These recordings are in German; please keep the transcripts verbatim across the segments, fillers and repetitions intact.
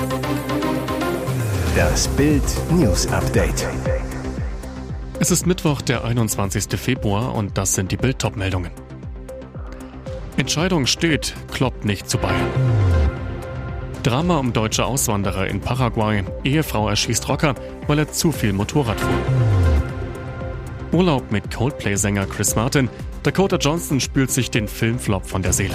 Das Bild News Update. Es ist Mittwoch, der einundzwanzigster Februar und das sind die Bild-Top-Meldungen. Entscheidung steht, Klopp nicht zu Bayern. Drama um deutsche Auswanderer in Paraguay. Ehefrau erschießt Rocker, weil er zu viel Motorrad fuhr. Urlaub mit Coldplay-Sänger Chris Martin. Dakota Johnson spült sich den Filmflop von der Seele.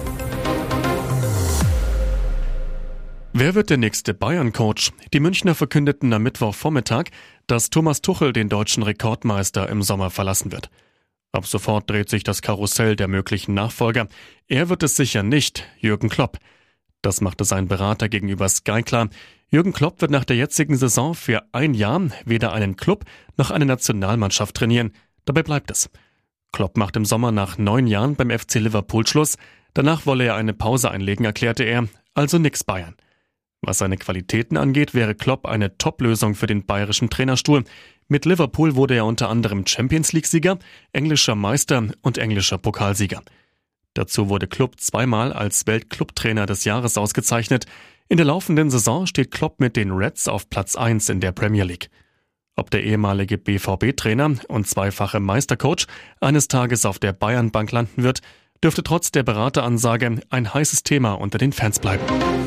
Wer wird der nächste Bayern-Coach? Die Münchner verkündeten am Mittwochvormittag, dass Thomas Tuchel den deutschen Rekordmeister im Sommer verlassen wird. Ab sofort dreht sich das Karussell der möglichen Nachfolger. Er wird es sicher nicht, Jürgen Klopp. Das machte sein Berater gegenüber Sky klar. Jürgen Klopp wird nach der jetzigen Saison für ein Jahr weder einen Club noch eine Nationalmannschaft trainieren. Dabei bleibt es. Klopp macht im Sommer nach neun Jahren beim F C Liverpool Schluss. Danach wolle er eine Pause einlegen, erklärte er. Also nix Bayern. Was seine Qualitäten angeht, wäre Klopp eine Top-Lösung für den bayerischen Trainerstuhl. Mit Liverpool wurde er unter anderem Champions-League-Sieger, englischer Meister und englischer Pokalsieger. Dazu wurde Klopp zweimal als Weltclubtrainer des Jahres ausgezeichnet. In der laufenden Saison steht Klopp mit den Reds auf Platz eins in der Premier League. Ob der ehemalige B V B-Trainer und zweifache Meistercoach eines Tages auf der Bayernbank landen wird, dürfte trotz der Berateransage ein heißes Thema unter den Fans bleiben.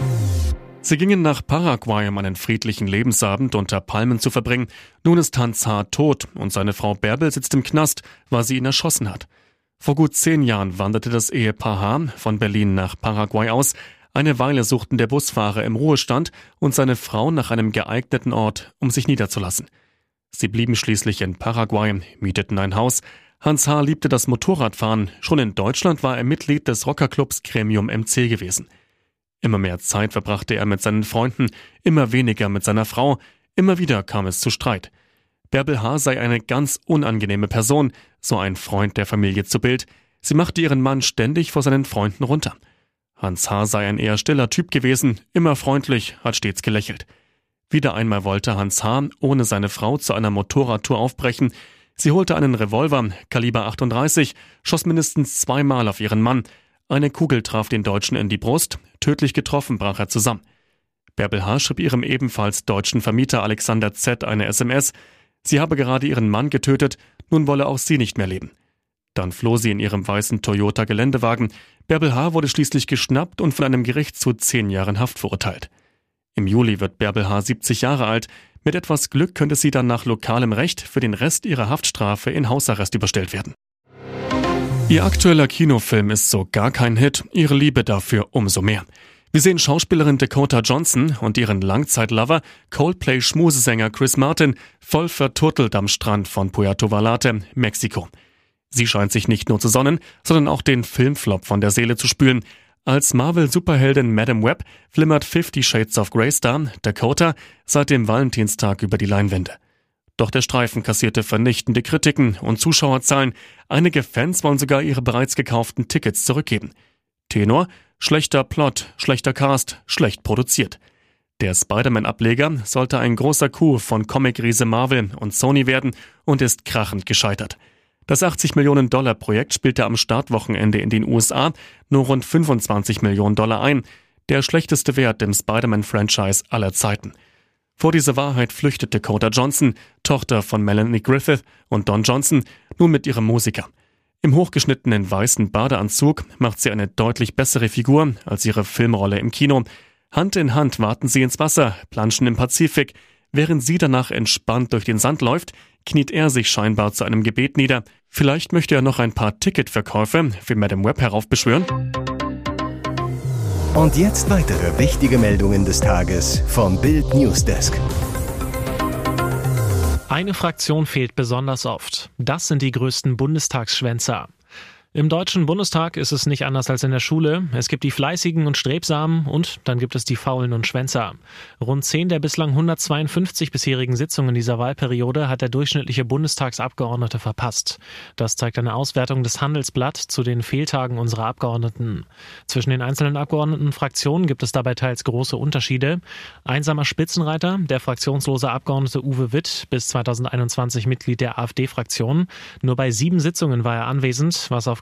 Sie gingen nach Paraguay, um einen friedlichen Lebensabend unter Palmen zu verbringen. Nun ist Hans H. tot und seine Frau Bärbel sitzt im Knast, weil sie ihn erschossen hat. Vor gut zehn Jahren wanderte das Ehepaar H. von Berlin nach Paraguay aus. Eine Weile suchten der Busfahrer im Ruhestand und seine Frau nach einem geeigneten Ort, um sich niederzulassen. Sie blieben schließlich in Paraguay, mieteten ein Haus. Hans H. liebte das Motorradfahren. Schon in Deutschland war er Mitglied des Rockerclubs Gremium M C gewesen. Immer mehr Zeit verbrachte er mit seinen Freunden, immer weniger mit seiner Frau. Immer wieder kam es zu Streit. Bärbel H. sei eine ganz unangenehme Person, so ein Freund der Familie zu Bild. Sie machte ihren Mann ständig vor seinen Freunden runter. Hans H. sei ein eher stiller Typ gewesen, immer freundlich, hat stets gelächelt. Wieder einmal wollte Hans H. ohne seine Frau zu einer Motorradtour aufbrechen. Sie holte einen Revolver, Kaliber achtunddreißig, schoss mindestens zweimal auf ihren Mann. Eine Kugel traf den Deutschen in die Brust, tödlich getroffen brach er zusammen. Bärbel H. schrieb ihrem ebenfalls deutschen Vermieter Alexander Z. eine S M S. Sie habe gerade ihren Mann getötet, nun wolle auch sie nicht mehr leben. Dann floh sie in ihrem weißen Toyota-Geländewagen. Bärbel H. wurde schließlich geschnappt und von einem Gericht zu zehn Jahren Haft verurteilt. Im Juli wird Bärbel H. siebzig Jahre alt. Mit etwas Glück könnte sie dann nach lokalem Recht für den Rest ihrer Haftstrafe in Hausarrest überstellt werden. Ihr aktueller Kinofilm ist so gar kein Hit, ihre Liebe dafür umso mehr. Wir sehen Schauspielerin Dakota Johnson und ihren Langzeitlover, Coldplay-Schmusesänger Chris Martin, voll verturtelt am Strand von Puerto Vallarta, Mexiko. Sie scheint sich nicht nur zu sonnen, sondern auch den Filmflop von der Seele zu spülen. Als Marvel-Superheldin Madame Web flimmert Fifty Shades of Grey Star Dakota seit dem Valentinstag über die Leinwände. Doch der Streifen kassierte vernichtende Kritiken und Zuschauerzahlen. Einige Fans wollen sogar ihre bereits gekauften Tickets zurückgeben. Tenor: schlechter Plot, schlechter Cast, schlecht produziert. Der Spider-Man-Ableger sollte ein großer Coup von Comic-Riese Marvel und Sony werden und ist krachend gescheitert. Das achtzig Millionen Dollar Projekt spielte am Startwochenende in den U S A nur rund fünfundzwanzig Millionen Dollar ein. Der schlechteste Wert im Spider-Man-Franchise aller Zeiten. Vor diese Wahrheit flüchtete Dakota Johnson, Tochter von Melanie Griffith und Don Johnson, nun mit ihrem Musiker. Im hochgeschnittenen weißen Badeanzug macht sie eine deutlich bessere Figur als ihre Filmrolle im Kino. Hand in Hand warten sie ins Wasser, planschen im Pazifik. Während sie danach entspannt durch den Sand läuft, kniet er sich scheinbar zu einem Gebet nieder. Vielleicht möchte er noch ein paar Ticketverkäufe für Madame Web heraufbeschwören? Und jetzt weitere wichtige Meldungen des Tages vom Bild Newsdesk. Eine Fraktion fehlt besonders oft. Das sind die größten Bundestagsschwänzer. Im Deutschen Bundestag ist es nicht anders als in der Schule. Es gibt die Fleißigen und Strebsamen und dann gibt es die Faulen und Schwänzer. Rund zehn der bislang hundertzweiundfünfzig bisherigen Sitzungen dieser Wahlperiode hat der durchschnittliche Bundestagsabgeordnete verpasst. Das zeigt eine Auswertung des Handelsblatt zu den Fehltagen unserer Abgeordneten. Zwischen den einzelnen Abgeordnetenfraktionen gibt es dabei teils große Unterschiede. Einsamer Spitzenreiter, der fraktionslose Abgeordnete Uwe Witt, bis zweitausendeinundzwanzig Mitglied der AfD-Fraktion. Nur bei sieben Sitzungen war er anwesend, was auf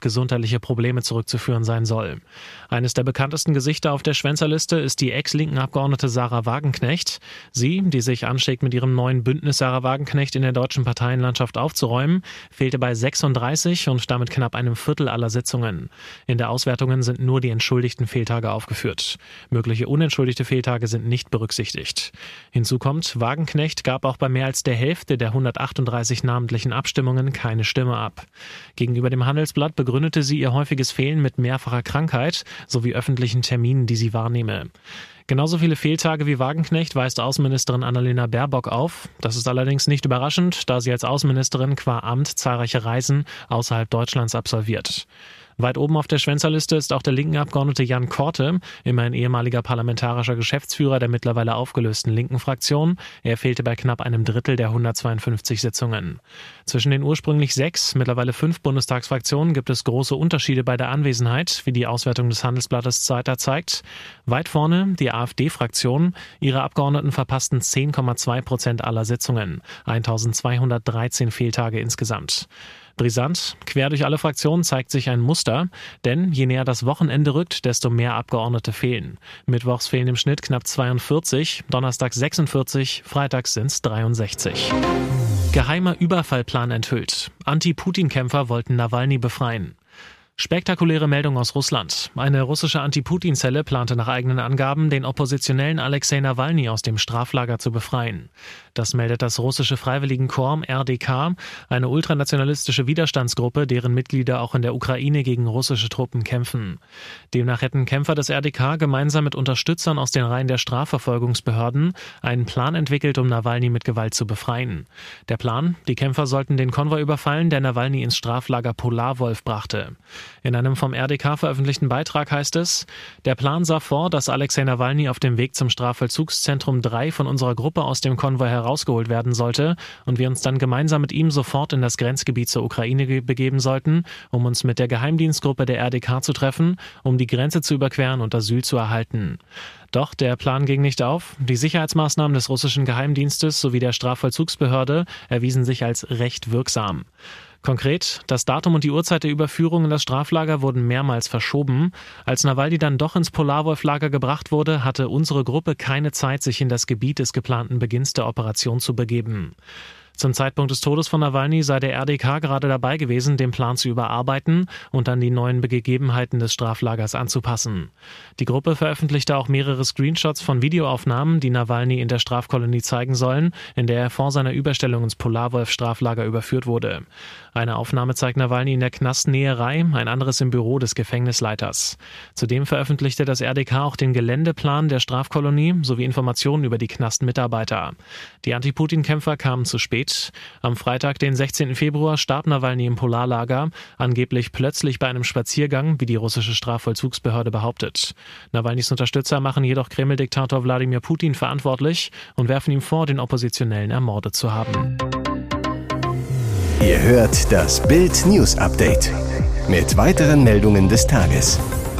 gesundheitliche Probleme zurückzuführen sein soll. Eines der bekanntesten Gesichter auf der Schwänzerliste ist die ex-linken Abgeordnete Sarah Wagenknecht. Sie, die sich anschlägt, mit ihrem neuen Bündnis Sarah Wagenknecht in der deutschen Parteienlandschaft aufzuräumen, fehlte bei sechsunddreißig und damit knapp einem Viertel aller Sitzungen. In der Auswertungen sind nur die entschuldigten Fehltage aufgeführt. Mögliche unentschuldigte Fehltage sind nicht berücksichtigt. Hinzu kommt, Wagenknecht gab auch bei mehr als der Hälfte der hundertachtunddreißig namentlichen Abstimmungen keine Stimme ab. Gegenüber dem Handelsblatt begründete sie ihr häufiges Fehlen mit mehrfacher Krankheit sowie öffentlichen Terminen, die sie wahrnehme. Genauso viele Fehltage wie Wagenknecht weist Außenministerin Annalena Baerbock auf. Das ist allerdings nicht überraschend, da sie als Außenministerin qua Amt zahlreiche Reisen außerhalb Deutschlands absolviert. Weit oben auf der Schwänzerliste ist auch der linken Abgeordnete Jan Korte, immerhin ehemaliger parlamentarischer Geschäftsführer der mittlerweile aufgelösten linken Fraktion. Er fehlte bei knapp einem Drittel der hundertzweiundfünfzig Sitzungen. Zwischen den ursprünglich sechs, mittlerweile fünf Bundestagsfraktionen gibt es große Unterschiede bei der Anwesenheit, wie die Auswertung des Handelsblattes weiter zeigt. Weit vorne die AfD-Fraktion. Ihre Abgeordneten verpassten zehn Komma zwei Prozent aller Sitzungen, eintausendzweihundertdreizehn Fehltage insgesamt. Brisant, quer durch alle Fraktionen zeigt sich ein Muster, denn je näher das Wochenende rückt, desto mehr Abgeordnete fehlen. Mittwochs fehlen im Schnitt knapp zweiundvierzig, donnerstags sechsundvierzig, freitags sind es dreiundsechzig. Geheimer Überfallplan enthüllt. Anti-Putin-Kämpfer wollten Nawalny befreien. Spektakuläre Meldung aus Russland. Eine russische Anti-Putin-Zelle plante nach eigenen Angaben, den Oppositionellen Alexei Nawalny aus dem Straflager zu befreien. Das meldet das russische Freiwilligenkorps R D K, eine ultranationalistische Widerstandsgruppe, deren Mitglieder auch in der Ukraine gegen russische Truppen kämpfen. Demnach hätten Kämpfer des R D K gemeinsam mit Unterstützern aus den Reihen der Strafverfolgungsbehörden einen Plan entwickelt, um Nawalny mit Gewalt zu befreien. Der Plan: Die Kämpfer sollten den Konvoi überfallen, der Nawalny ins Straflager Polarwolf brachte. In einem vom R D K veröffentlichten Beitrag heißt es, der Plan sah vor, dass Alexei Nawalny auf dem Weg zum Strafvollzugszentrum drei von unserer Gruppe aus dem Konvoi herausgeholt werden sollte und wir uns dann gemeinsam mit ihm sofort in das Grenzgebiet zur Ukraine begeben sollten, um uns mit der Geheimdienstgruppe der R D K zu treffen, um die Grenze zu überqueren und Asyl zu erhalten. Doch der Plan ging nicht auf. Die Sicherheitsmaßnahmen des russischen Geheimdienstes sowie der Strafvollzugsbehörde erwiesen sich als recht wirksam. Konkret, das Datum und die Uhrzeit der Überführung in das Straflager wurden mehrmals verschoben. Als Nawalny dann doch ins Polarwolf-Lager gebracht wurde, hatte unsere Gruppe keine Zeit, sich in das Gebiet des geplanten Beginns der Operation zu begeben. Zum Zeitpunkt des Todes von Nawalny sei der R D K gerade dabei gewesen, den Plan zu überarbeiten und an die neuen Gegebenheiten des Straflagers anzupassen. Die Gruppe veröffentlichte auch mehrere Screenshots von Videoaufnahmen, die Nawalny in der Strafkolonie zeigen sollen, in der er vor seiner Überstellung ins Polarwolf-Straflager überführt wurde. Eine Aufnahme zeigt Nawalny in der Knastnäherei, ein anderes im Büro des Gefängnisleiters. Zudem veröffentlichte das R D K auch den Geländeplan der Strafkolonie sowie Informationen über die Knastmitarbeiter. Die Anti-Putin-Kämpfer kamen zu spät. Am Freitag, den sechzehnten Februar, starb Nawalny im Polarlager, angeblich plötzlich bei einem Spaziergang, wie die russische Strafvollzugsbehörde behauptet. Nawalnys Unterstützer machen jedoch Kreml-Diktator Wladimir Putin verantwortlich und werfen ihm vor, den Oppositionellen ermordet zu haben. Ihr hört das Bild News Update mit weiteren Meldungen des Tages.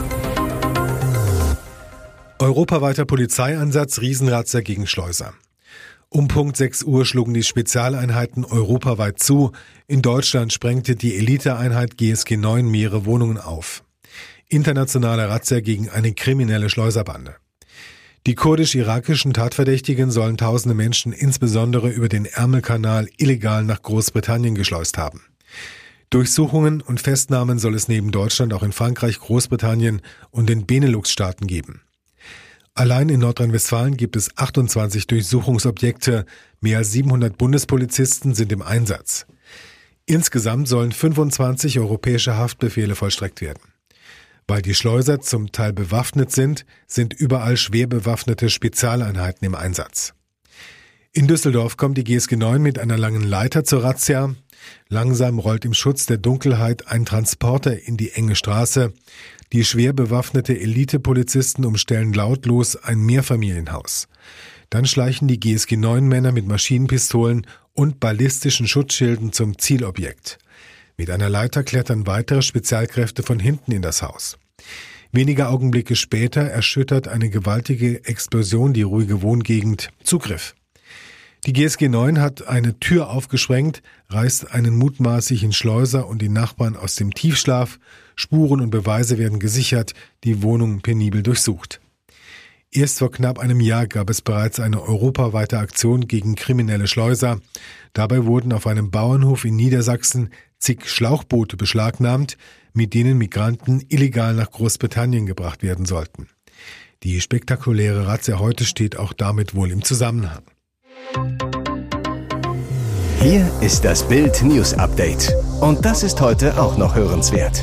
Europaweiter Polizeieinsatz, Riesenrazzia gegen Schleuser. Um Punkt sechs Uhr schlugen die Spezialeinheiten europaweit zu. In Deutschland sprengte die Eliteeinheit G S G neun mehrere Wohnungen auf. Internationale Razzia gegen eine kriminelle Schleuserbande. Die kurdisch-irakischen Tatverdächtigen sollen tausende Menschen insbesondere über den Ärmelkanal illegal nach Großbritannien geschleust haben. Durchsuchungen und Festnahmen soll es neben Deutschland auch in Frankreich, Großbritannien und den Benelux-Staaten geben. Allein in Nordrhein-Westfalen gibt es achtundzwanzig Durchsuchungsobjekte, mehr als siebenhundert Bundespolizisten sind im Einsatz. Insgesamt sollen fünfundzwanzig europäische Haftbefehle vollstreckt werden. Weil die Schleuser zum Teil bewaffnet sind, sind überall schwer bewaffnete Spezialeinheiten im Einsatz. In Düsseldorf kommt die G S G neun mit einer langen Leiter zur Razzia. Langsam rollt im Schutz der Dunkelheit ein Transporter in die enge Straße. Die schwer bewaffnete Elite-Polizisten umstellen lautlos ein Mehrfamilienhaus. Dann schleichen die G S G neun Männer mit Maschinenpistolen und ballistischen Schutzschilden zum Zielobjekt. Mit einer Leiter klettern weitere Spezialkräfte von hinten in das Haus. Wenige Augenblicke später erschüttert eine gewaltige Explosion die ruhige Wohngegend. Zugriff. Die G S G neun hat eine Tür aufgesprengt, reißt einen mutmaßlichen Schleuser und die Nachbarn aus dem Tiefschlaf. Spuren und Beweise werden gesichert, die Wohnung penibel durchsucht. Erst vor knapp einem Jahr gab es bereits eine europaweite Aktion gegen kriminelle Schleuser. Dabei wurden auf einem Bauernhof in Niedersachsen zig Schlauchboote beschlagnahmt, mit denen Migranten illegal nach Großbritannien gebracht werden sollten. Die spektakuläre Razzia heute steht auch damit wohl im Zusammenhang. Hier ist das Bild News Update. Und das ist heute auch noch hörenswert.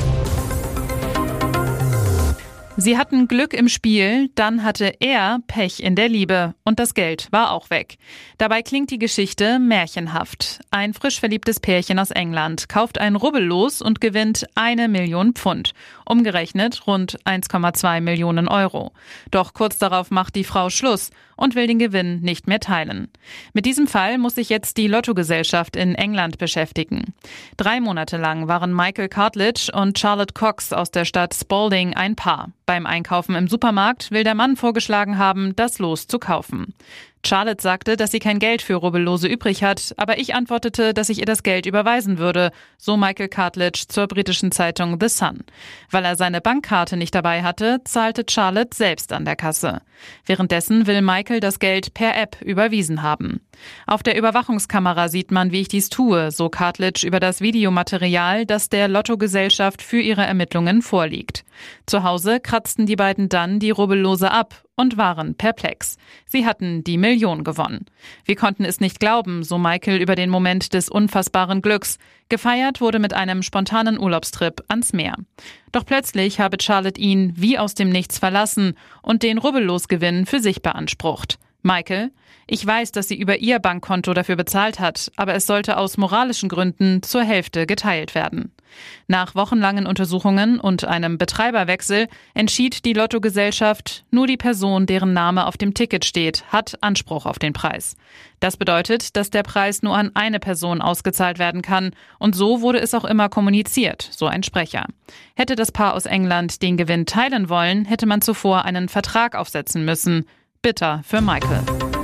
Sie hatten Glück im Spiel, dann hatte er Pech in der Liebe und das Geld war auch weg. Dabei klingt die Geschichte märchenhaft. Ein frisch verliebtes Pärchen aus England kauft ein Rubbellos und gewinnt eine Million Pfund. Umgerechnet rund eins Komma zwei Millionen Euro. Doch kurz darauf macht die Frau Schluss und will den Gewinn nicht mehr teilen. Mit diesem Fall muss sich jetzt die Lottogesellschaft in England beschäftigen. Drei Monate lang waren Michael Cartledge und Charlotte Cox aus der Stadt Spalding ein Paar. Beim Einkaufen im Supermarkt will der Mann vorgeschlagen haben, das Los zu kaufen. Charlotte sagte, dass sie kein Geld für Rubbellose übrig hat, aber ich antwortete, dass ich ihr das Geld überweisen würde, so Michael Cartledge zur britischen Zeitung The Sun. Weil er seine Bankkarte nicht dabei hatte, zahlte Charlotte selbst an der Kasse. Währenddessen will Michael das Geld per App überwiesen haben. Auf der Überwachungskamera sieht man, wie ich dies tue, so Cartledge über das Videomaterial, das der Lottogesellschaft für ihre Ermittlungen vorliegt. Zu Hause kratzten die beiden dann die Rubbellose ab und waren perplex. Sie hatten die Million gewonnen. Wir konnten es nicht glauben, so Michael über den Moment des unfassbaren Glücks. Gefeiert wurde mit einem spontanen Urlaubstrip ans Meer. Doch plötzlich habe Charlotte ihn wie aus dem Nichts verlassen und den Rubbellosgewinn für sich beansprucht. Michael: Ich weiß, dass sie über ihr Bankkonto dafür bezahlt hat, aber es sollte aus moralischen Gründen zur Hälfte geteilt werden. Nach wochenlangen Untersuchungen und einem Betreiberwechsel entschied die Lottogesellschaft, nur die Person, deren Name auf dem Ticket steht, hat Anspruch auf den Preis. Das bedeutet, dass der Preis nur an eine Person ausgezahlt werden kann und so wurde es auch immer kommuniziert, so ein Sprecher. Hätte das Paar aus England den Gewinn teilen wollen, hätte man zuvor einen Vertrag aufsetzen müssen. Bitter für Michael.